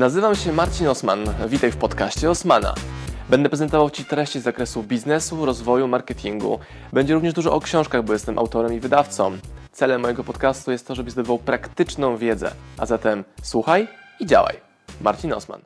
Nazywam się Marcin Osman. Witaj w podcaście Osmana. Będę prezentował Ci treści z zakresu biznesu, rozwoju, marketingu. Będzie również dużo o książkach, bo jestem autorem i wydawcą. Celem mojego podcastu jest to, żebyś zdobywał praktyczną wiedzę. A zatem słuchaj i działaj. Marcin Osman.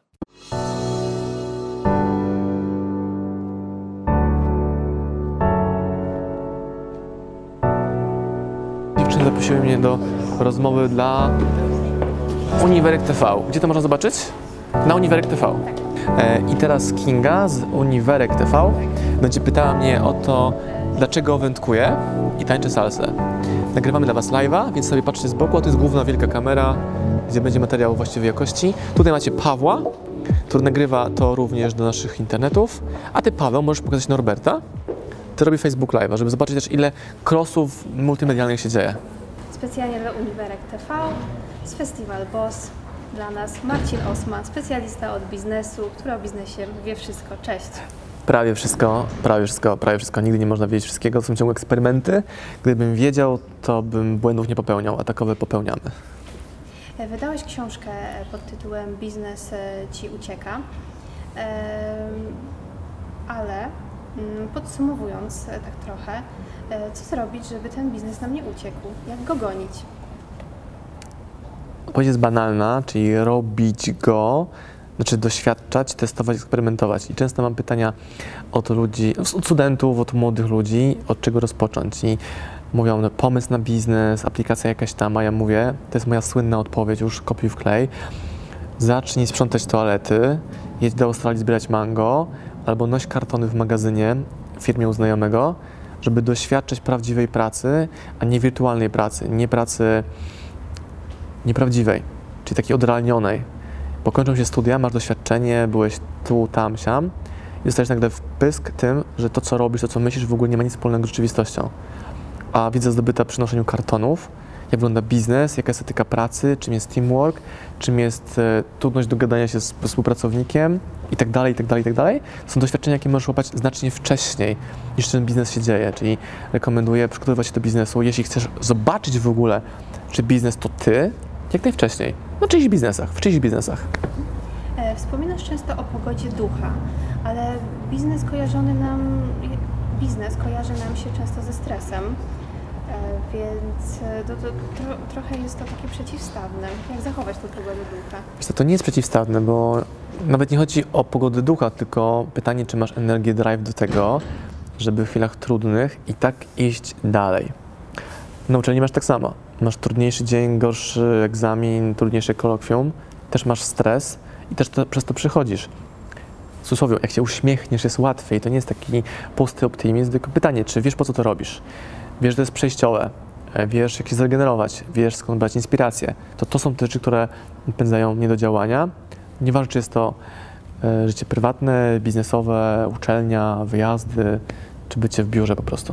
Dziewczyny zaprosiły mnie do rozmowy dla Uniwerek TV. Gdzie to można zobaczyć? Na Uniwerek TV. I teraz Kinga z Uniwerek TV będzie pytała mnie o to, dlaczego wędkuję i tańczę salsę. Nagrywamy dla Was live'a, więc sobie patrzcie z boku, a to jest główna wielka kamera, gdzie będzie materiał właściwej jakości. Tutaj macie Pawła, który nagrywa to również do naszych internetów, a Ty, Paweł, możesz pokazać Norberta, który robi Facebook Live'a, żeby zobaczyć też, ile crossów multimedialnych się dzieje. Specjalnie dla Uniwerek TV z Festival Boss. Dla nas Marcin Osman, specjalista od biznesu, który o biznesie wie wszystko. Cześć. Prawie wszystko. Nigdy nie można wiedzieć wszystkiego. To są ciągłe eksperymenty. Gdybym wiedział, to bym błędów nie popełniał, a takowe popełniamy. Wydałeś książkę pod tytułem Biznes Ci ucieka, ale podsumowując tak trochę, co zrobić, żeby ten biznes nam nie uciekł? Jak go gonić? Odpowiedź jest banalna, czyli robić go, znaczy doświadczać, testować, eksperymentować. I często mam pytania od ludzi, od studentów, od młodych ludzi, od czego rozpocząć. I mówią, no, pomysł na biznes, aplikacja jakaś tam, a ja mówię, to jest moja słynna odpowiedź, już kopiuj wklej. Zacznij sprzątać toalety, jedź do Australii zbierać mango, albo noś kartony w magazynie w firmie u znajomego, żeby doświadczać prawdziwej pracy, a nie wirtualnej pracy, nie pracy nieprawdziwej, czyli takiej odrealnionej. Bo kończą się studia, masz doświadczenie, byłeś tu, tam, siam i dostajesz nagle wpysk tym, że to, co robisz, to, co myślisz, w ogóle nie ma nic wspólnego z rzeczywistością. A wiedza zdobyta przy noszeniu kartonów, jak wygląda biznes, jaka jest etyka pracy, czym jest teamwork, czym jest trudność dogadania się z współpracownikiem i tak dalej, są doświadczenia, jakie możesz łapać znacznie wcześniej, niż ten biznes się dzieje. Czyli rekomenduję przygotowywać się do biznesu, jeśli chcesz zobaczyć w ogóle, czy biznes to ty, jak najwcześniej. No, w czyichś biznesach. Wspominasz często o pogodzie ducha, ale biznes kojarzy nam się często ze stresem, więc trochę jest to takie przeciwstawne. Jak zachować tę pogodę ducha? To nie jest przeciwstawne, bo nawet nie chodzi o pogodę ducha, tylko pytanie, czy masz energię, drive do tego, żeby w chwilach trudnych i tak iść dalej. Na uczelni masz tak samo. Masz trudniejszy dzień, gorszy egzamin, trudniejsze kolokwium, też masz stres i też przez to przechodzisz. W cudzysłowie, jak się uśmiechniesz, jest łatwiej. To nie jest taki pusty optymizm, tylko pytanie, czy wiesz, po co to robisz? Wiesz, że to jest przejściowe, wiesz, jak się zregenerować, wiesz, skąd brać inspirację. To są te rzeczy, które napędzają mnie do działania. Nieważne, czy jest to życie prywatne, biznesowe, uczelnia, wyjazdy, czy bycie w biurze po prostu.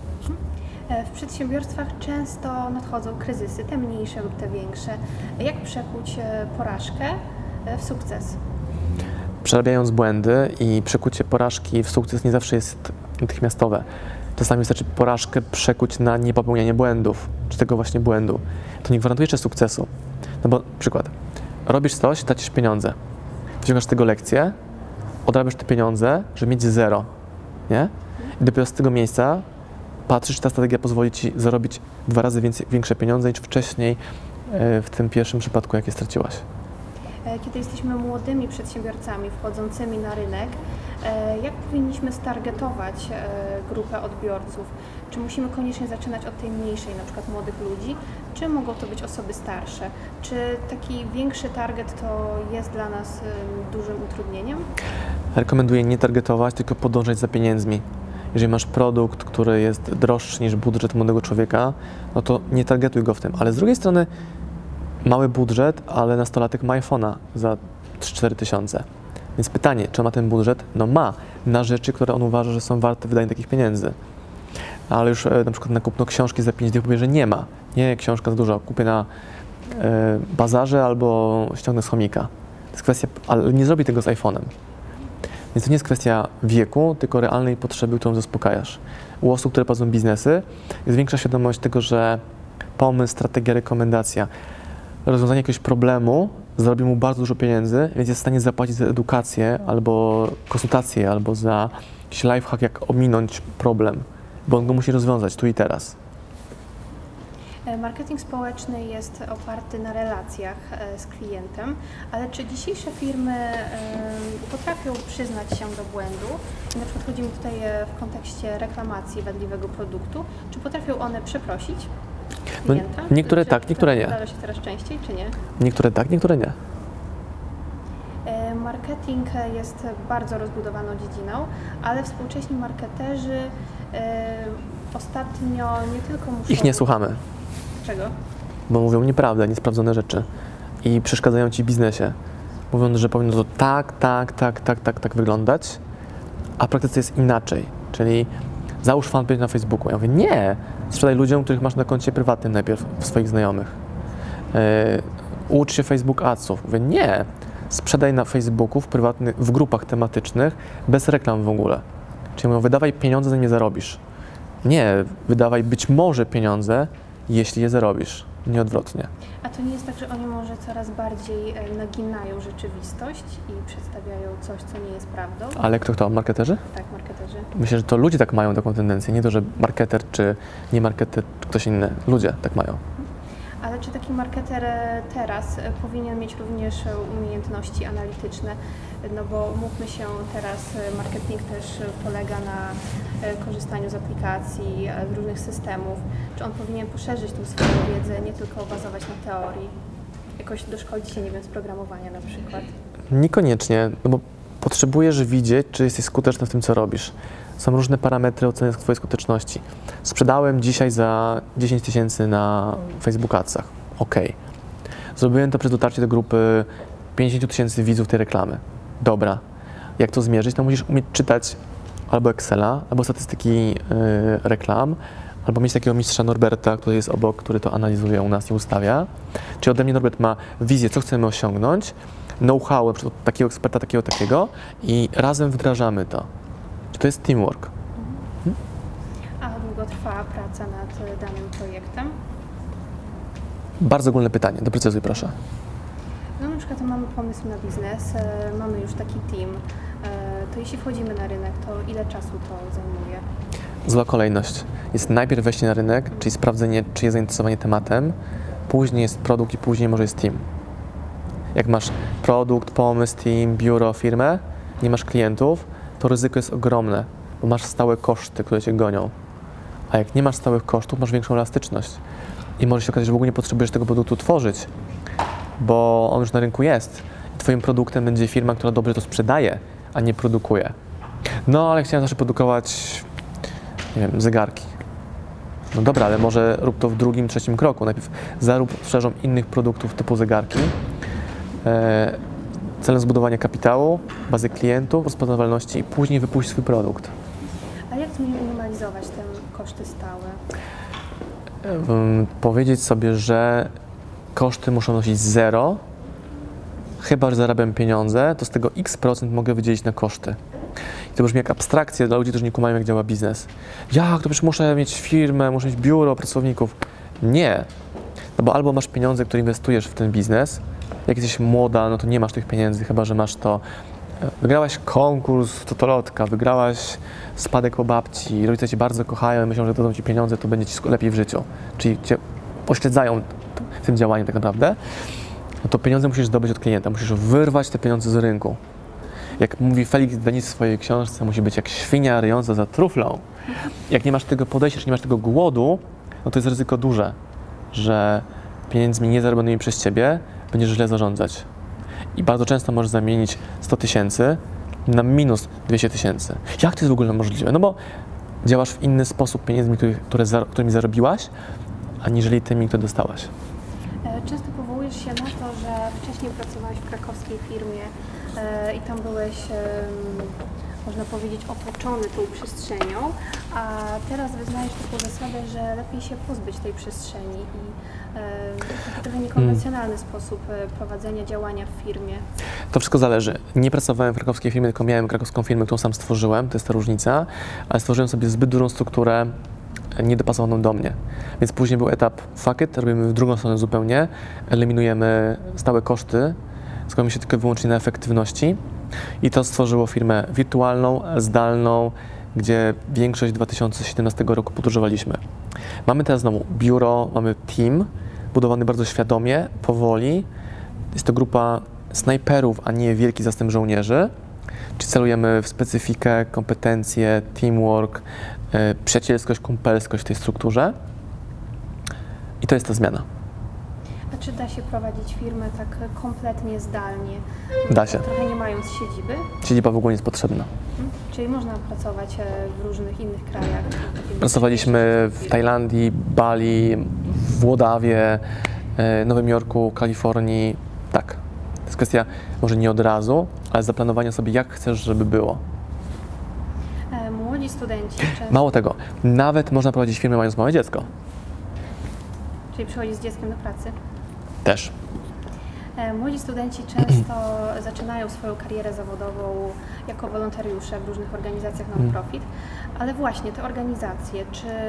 W przedsiębiorstwach często nadchodzą kryzysy, te mniejsze lub te większe. Jak przekuć porażkę w sukces? Przerabiając błędy i przekucie porażki w sukces nie zawsze jest natychmiastowe. Czasami wystarczy porażkę przekuć na niepopełnianie błędów, czy tego właśnie błędu. To nie gwarantuje jeszcze sukcesu. No bo przykład, robisz coś, tracisz pieniądze. Wyciągasz z tego lekcję, odrabiasz te pieniądze, żeby mieć zero, nie? I dopiero z tego miejsca patrzysz, czy ta strategia pozwoli Ci zarobić 2 razy większe pieniądze niż wcześniej w tym pierwszym przypadku, jakie straciłaś. Kiedy jesteśmy młodymi przedsiębiorcami wchodzącymi na rynek, jak powinniśmy stargetować grupę odbiorców? Czy musimy koniecznie zaczynać od tej mniejszej, na przykład młodych ludzi, czy mogą to być osoby starsze? Czy taki większy target to jest dla nas dużym utrudnieniem? Rekomenduję nie targetować, tylko podążać za pieniędzmi. Jeżeli masz produkt, który jest droższy niż budżet młodego człowieka, no to nie targetuj go w tym. Ale z drugiej strony mały budżet, ale nastolatek ma iPhone'a za 3-4 tysiące. Więc pytanie, czy ma ten budżet? No ma, na rzeczy, które on uważa, że są warte wydania takich pieniędzy. Ale już na przykład na kupno książki za 5 dych powie, że nie ma. Nie, książka za dużo, kupię na bazarze albo ściągnę z chomika. To jest kwestia, ale nie zrobi tego z iPhone'em. Więc to nie jest kwestia wieku, tylko realnej potrzeby, którą zaspokajasz. U osób, które prowadzą biznesy, jest większa świadomość tego, że pomysł, strategia, rekomendacja, rozwiązanie jakiegoś problemu zarobi mu bardzo dużo pieniędzy, więc jest w stanie zapłacić za edukację, albo konsultację, albo za jakiś lifehack, jak ominąć problem, bo on go musi rozwiązać tu i teraz. Marketing społeczny jest oparty na relacjach z klientem, ale czy dzisiejsze firmy potrafią przyznać się do błędu? I na przykład chodzi mi tutaj w kontekście reklamacji wadliwego produktu. Czy potrafią one przeprosić klienta? Niektóre tak, niektóre nie. Zdarza się coraz częściej, czy nie? Niektóre tak, niektóre nie. Marketing jest bardzo rozbudowaną dziedziną, ale współcześni marketerzy ostatnio nie tylko muszą... Ich nie słuchamy, Czego? bo mówią nieprawdę, niesprawdzone rzeczy i przeszkadzają ci w biznesie. Mówiąc, że powinno to tak wyglądać, a w praktyce jest inaczej. Czyli załóż fanpage na Facebooku. Ja mówię, nie, sprzedaj ludziom, których masz na koncie prywatnym najpierw, swoich znajomych. Ucz się Facebook Adsów. Mówię, nie, sprzedaj na Facebooku, w grupach tematycznych, bez reklam w ogóle. Czyli mówią, wydawaj pieniądze, zanim je zarobisz. Nie, wydawaj być może pieniądze, jeśli je zarobisz, nie odwrotnie. A to nie jest tak, że oni może coraz bardziej naginają rzeczywistość i przedstawiają coś, co nie jest prawdą? Ale kto? Marketerzy? Tak, marketerzy. Myślę, że to ludzie tak mają taką tendencję, nie to, że marketer czy nie marketer, czy ktoś inny. Ludzie tak mają. Ale czy taki marketer teraz powinien mieć również umiejętności analityczne? No bo mówmy się, teraz marketing też polega na korzystaniu z aplikacji, z różnych systemów. Czy on powinien poszerzyć tą swoją wiedzę, nie tylko bazować na teorii? Jakoś doszkolić się, nie wiem, z programowania na przykład? Niekoniecznie, no bo potrzebujesz widzieć, czy jesteś skuteczny w tym, co robisz. Są różne parametry oceny twojej skuteczności. Sprzedałem dzisiaj za 10 000 na Facebook Adsach. OK. Zrobiłem to przez dotarcie do grupy 50 000 widzów tej reklamy. Dobra. Jak to zmierzyć? To musisz umieć czytać albo Excela, albo statystyki reklam, albo mieć takiego mistrza Norberta, który jest obok, który to analizuje u nas i ustawia. Czyli ode mnie Norbert ma wizję, co chcemy osiągnąć, know-how na przykład takiego eksperta, takiego i razem wdrażamy to. To jest teamwork. A długo trwa praca nad danym projektem? Bardzo ogólne pytanie, doprecyzuj proszę. No na przykład mamy pomysł na biznes, mamy już taki team, to jeśli wchodzimy na rynek, to ile czasu to zajmuje? Zła kolejność. Jest najpierw wejście na rynek, czyli sprawdzenie, czy jest zainteresowanie tematem, później jest produkt i później może jest team. Jak masz produkt, pomysł, team, biuro, firmę, nie masz klientów, to ryzyko jest ogromne, bo masz stałe koszty, które cię gonią. A jak nie masz stałych kosztów, masz większą elastyczność. I może się okazać, że w ogóle nie potrzebujesz tego produktu tworzyć, bo on już na rynku jest. I twoim produktem będzie firma, która dobrze to sprzedaje, a nie produkuje. No, ale chciałem zawsze produkować, nie wiem, zegarki. No dobra, ale może rób to w drugim, trzecim kroku. Najpierw zarób sprzedażą innych produktów typu zegarki, celem zbudowania kapitału, bazy klientów, rozpoznawalności i później wypuść swój produkt. A jak to minimalizować te koszty stałe? Powiedzieć sobie, że koszty muszą nosić 0, chyba że zarabiam pieniądze, to z tego x% mogę wydzielić na koszty. I to brzmi jak abstrakcja dla ludzi, którzy nie kumają, jak działa biznes. Jak? To przecież muszę mieć firmę, muszę mieć biuro pracowników. Nie. No bo albo masz pieniądze, które inwestujesz w ten biznes, jak jesteś młoda, no to nie masz tych pieniędzy, chyba że masz to. Wygrałaś konkurs w Totolotka, wygrałaś spadek po babci, rodzice cię bardzo kochają i myślą, że dadzą ci pieniądze, to będzie ci lepiej w życiu. Czyli cię pośledzają w tym działaniu tak naprawdę. No to pieniądze musisz zdobyć od klienta, musisz wyrwać te pieniądze z rynku. Jak mówi Felix Denis w swojej książce, musi być jak świnia ryjąca za truflą. Jak nie masz tego podejścia, nie masz tego głodu, no to jest ryzyko duże, że pieniędzmi niezarobionymi przez ciebie będziesz źle zarządzać. I bardzo często możesz zamienić 100 000 na minus 200 000. Jak to jest w ogóle możliwe? No bo działasz w inny sposób pieniędzmi, którymi zarobiłaś, aniżeli tymi, które dostałaś. Często powołujesz się na to, że wcześniej pracowałeś w krakowskiej firmie i tam byłeś, można powiedzieć, otoczony tą przestrzenią, a teraz wyznajesz taką zasadę, że lepiej się pozbyć tej przestrzeni i taki trochę niekonwencjonalny sposób prowadzenia działania w firmie. To wszystko zależy. Nie pracowałem w krakowskiej firmie, tylko miałem krakowską firmę, którą sam stworzyłem, to jest ta różnica, ale stworzyłem sobie zbyt dużą strukturę niedopasowaną do mnie. Więc później był etap fuck it, robimy w drugą stronę zupełnie, eliminujemy stałe koszty, skupiamy się tylko i wyłącznie na efektywności i to stworzyło firmę wirtualną, zdalną, gdzie większość 2017 roku podróżowaliśmy. Mamy teraz znowu biuro, mamy team, budowany bardzo świadomie, powoli. Jest to grupa snajperów, a nie wielki zastęp żołnierzy. Czyli celujemy w specyfikę, kompetencje, teamwork, przyjacielskość, kumpelskość w tej strukturze. I to jest ta zmiana. A czy da się prowadzić firmę tak kompletnie zdalnie? Da się. Trochę nie mając siedziby? Siedziba w ogóle nie jest potrzebna. Czyli można pracować w różnych innych krajach? Pracowaliśmy w Tajlandii, Bali, w Włodawie, Nowym Jorku, Kalifornii. Tak. To jest kwestia może nie od razu, ale zaplanowania sobie, jak chcesz, żeby było. Młodzi studenci często... Mało tego, nawet można prowadzić firmę mając małe dziecko. Czyli przychodzi z dzieckiem do pracy? Też. Młodzi studenci często zaczynają swoją karierę zawodową jako wolontariusze w różnych organizacjach non-profit, ale właśnie te organizacje,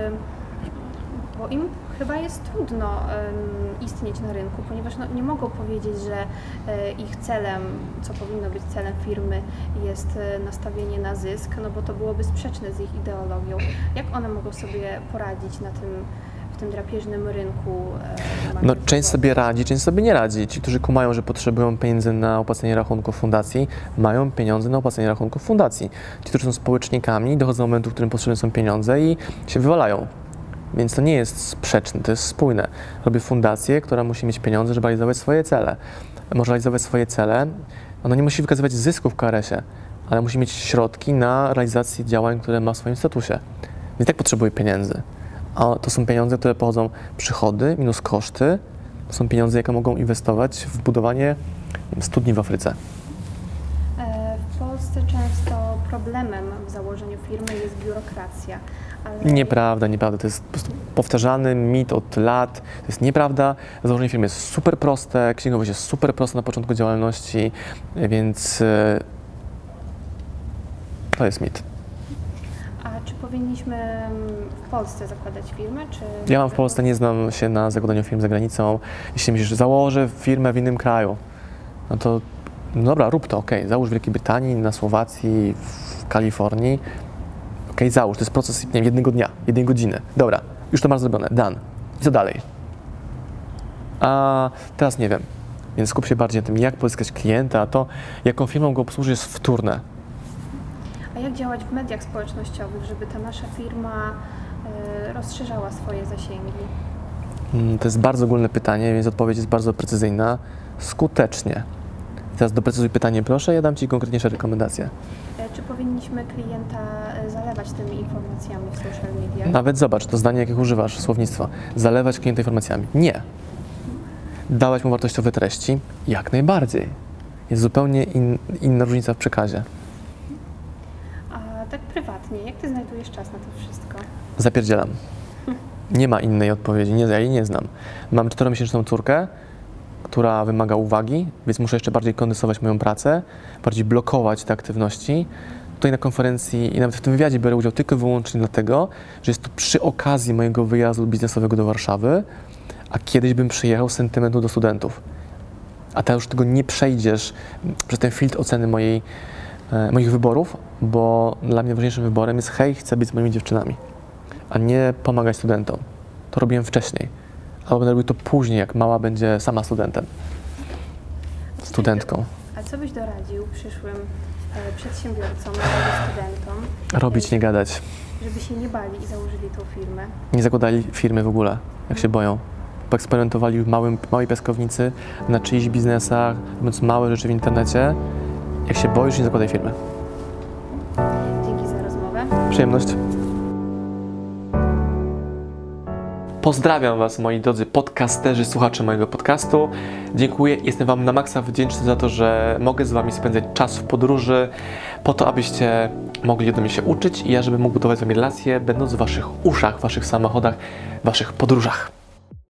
bo im chyba jest trudno istnieć na rynku, ponieważ nie mogą powiedzieć, że ich celem, co powinno być celem firmy, jest nastawienie na zysk, no bo to byłoby sprzeczne z ich ideologią. Jak one mogą sobie poradzić w tym drapieżnym rynku? No, część sobie radzi, część sobie nie radzi. Ci, którzy kumają, że potrzebują pieniędzy na opłacenie rachunków fundacji, mają pieniądze na opłacenie rachunków fundacji. Ci, którzy są społecznikami, dochodzą do momentu, w którym potrzebne są pieniądze i się wywalają. Więc to nie jest sprzeczne, to jest spójne. Robię fundację, która musi mieć pieniądze, żeby realizować swoje cele. Może realizować swoje cele, ona nie musi wykazywać zysku w KRS-ie, ale musi mieć środki na realizację działań, które ma w swoim statusie. Więc tak potrzebuje pieniędzy. A to są pieniądze, które pochodzą przychody minus koszty. To są pieniądze, jakie mogą inwestować w budowanie studni w Afryce. W Polsce często problemem w założeniu firmy jest biurokracja. Ale... Nieprawda. To jest po prostu powtarzany mit od lat. To jest nieprawda. Założenie firmy jest super proste, księgowość jest super prosta na początku działalności, więc to jest mit. A czy powinniśmy w Polsce zakładać firmę, czy... Ja w Polsce nie znam się na zakładaniu firm za granicą. Jeśli myślisz, że założę firmę w innym kraju, no to no dobra, rób to, okej. Załóż w Wielkiej Brytanii, na Słowacji, w Kalifornii. Okej, załóż, to jest proces, nie wiem, jednego dnia, jednej godziny. Dobra, już to masz zrobione, done. I co dalej? A teraz nie wiem, więc skup się bardziej na tym, jak pozyskać klienta, a to, jaką firmą go obsłuży, jest wtórne. A jak działać w mediach społecznościowych, żeby ta nasza firma rozszerzała swoje zasięgi? To jest bardzo ogólne pytanie, więc odpowiedź jest bardzo precyzyjna. Skutecznie. Teraz doprecyzuj pytanie, proszę, ja dam Ci konkretniejsze rekomendacje. Czy powinniśmy klienta zalewać tymi informacjami w social media? Nawet zobacz, to zdanie, jakiego używasz, słownictwa. Zalewać klienta informacjami. Nie. Dawać mu wartościowe treści? Jak najbardziej. Jest zupełnie inna różnica w przekazie. A tak prywatnie, jak Ty znajdujesz czas na to wszystko? Zapierdzielam. Nie ma innej odpowiedzi, ja jej nie znam. Mam 4-miesięczną córkę, która wymaga uwagi, więc muszę jeszcze bardziej kondensować moją pracę, bardziej blokować te aktywności. Tutaj na konferencji i nawet w tym wywiadzie biorę udział tylko i wyłącznie dlatego, że jest to przy okazji mojego wyjazdu biznesowego do Warszawy, a kiedyś bym przyjechał z sentymentu do studentów. A teraz już tego nie przejdziesz przez ten filtr oceny moich wyborów, bo dla mnie ważniejszym wyborem jest hej, chcę być z moimi dziewczynami, a nie pomagać studentom. To robiłem wcześniej, albo będę robił to później, jak mała będzie sama studentką. A co byś doradził przyszłym przedsiębiorcom, studentom? Robić, nie gadać. Żeby się nie bali i założyli tą firmę. Nie zakładali firmy w ogóle, jak się boją. Poeksperymentowali w małej piaskownicy, na czyichś biznesach, robiąc małe rzeczy w internecie. Jak się boisz, nie zakładaj firmy. Dzięki za rozmowę. Przyjemność. Pozdrawiam Was, moi drodzy podcasterzy, słuchacze mojego podcastu. Dziękuję, jestem Wam na maksa wdzięczny za to, że mogę z Wami spędzać czas w podróży, po to, abyście mogli ode mnie się uczyć i ja, żebym mógł budować z Wami relacje, będąc w Waszych uszach, w Waszych samochodach, w Waszych podróżach.